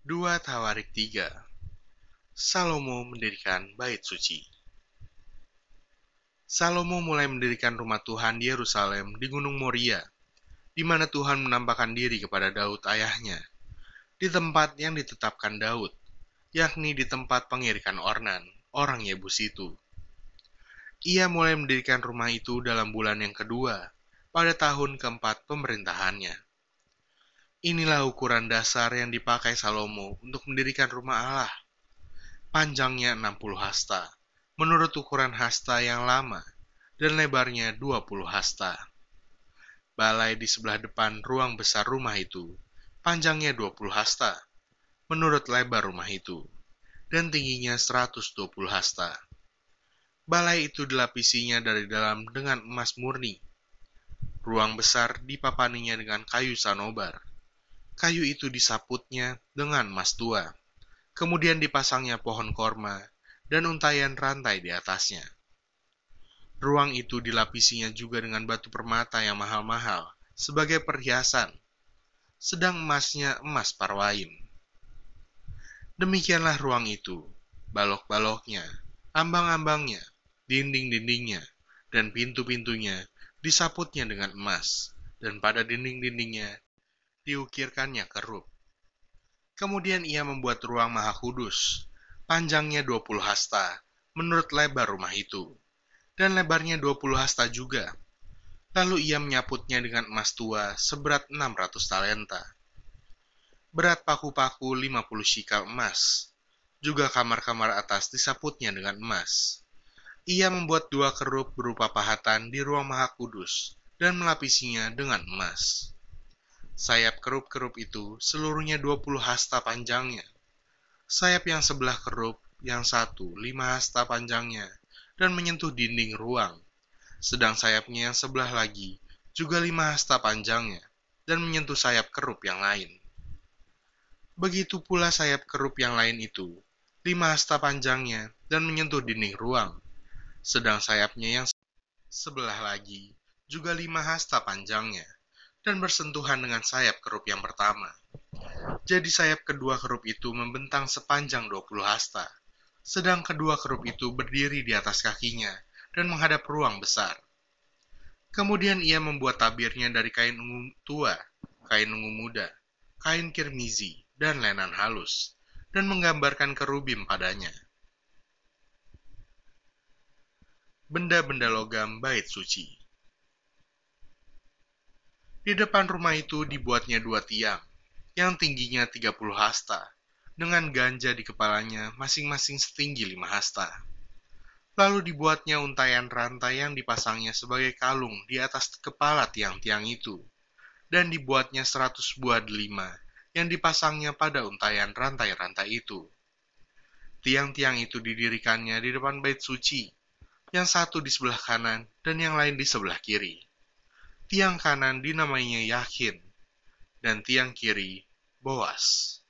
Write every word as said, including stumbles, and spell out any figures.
Dua Tawarik tiga. Salomo mendirikan bait suci. Salomo mulai mendirikan rumah Tuhan di Yerusalem di Gunung Moria, di mana Tuhan menampakkan diri kepada Daud ayahnya, di tempat yang ditetapkan Daud, yakni di tempat pengirikan Ornan, orang Yebus itu. Ia mulai mendirikan rumah itu dalam bulan yang kedua, pada tahun keempat pemerintahannya. Inilah ukuran dasar yang dipakai Salomo untuk mendirikan rumah Allah. Panjangnya enam puluh hasta, menurut ukuran hasta yang lama, dan lebarnya dua puluh hasta. Balai di sebelah depan ruang besar rumah itu, panjangnya dua puluh hasta, menurut lebar rumah itu, dan tingginya seratus dua puluh hasta. Balai itu dilapisinya dari dalam dengan emas murni. Ruang besar dipapaninya dengan kayu sanobar. Kayu itu disaputnya dengan emas tua. Kemudian dipasangnya pohon korma dan untaian rantai di atasnya. Ruang itu dilapisinya juga dengan batu permata yang mahal-mahal sebagai perhiasan, sedang emasnya emas parwain. Demikianlah ruang itu, balok-baloknya, ambang-ambangnya, dinding-dindingnya, dan pintu-pintunya disaputnya dengan emas, dan pada dinding-dindingnya diukirkannya kerup. Kemudian ia membuat ruang maha kudus, panjangnya dua puluh hasta, menurut lebar rumah itu, dan lebarnya dua puluh hasta juga. Lalu ia menyaputnya dengan emas tua seberat enam ratus talenta. Berat paku-paku lima puluh shikal emas. Juga kamar-kamar atas disaputnya dengan emas. Ia membuat dua kerup berupa pahatan di ruang maha kudus, dan melapisinya dengan emas. Sayap kerup-kerup itu seluruhnya dua puluh hasta panjangnya. Sayap yang sebelah kerup, yang satu lima hasta panjangnya, dan menyentuh dinding ruang. Sedang sayapnya yang sebelah lagi, juga lima hasta panjangnya, dan menyentuh sayap kerup yang lain. Begitu pula sayap kerup yang lain itu, lima hasta panjangnya, dan menyentuh dinding ruang. Sedang sayapnya yang sebelah lagi, juga lima hasta panjangnya, dan bersentuhan dengan sayap kerup yang pertama. Jadi sayap kedua kerup itu membentang sepanjang dua puluh hasta, sedang kedua kerup itu berdiri di atas kakinya dan menghadap ruang besar. Kemudian ia membuat tabirnya dari kain ungu tua, kain ungu muda, kain kirmizi, dan lenan halus, dan menggambarkan kerubim padanya. Benda-benda logam bait suci. Di depan rumah itu dibuatnya dua tiang, yang tingginya tiga puluh hasta, dengan ganja di kepalanya masing-masing setinggi lima hasta. Lalu dibuatnya untaian rantai yang dipasangnya sebagai kalung di atas kepala tiang-tiang itu, dan dibuatnya seratus buah delima yang dipasangnya pada untaian rantai-rantai itu. Tiang-tiang itu didirikannya di depan bait suci, yang satu di sebelah kanan dan yang lain di sebelah kiri. Tiang kanan dinamainya Yakin, dan tiang kiri Boas.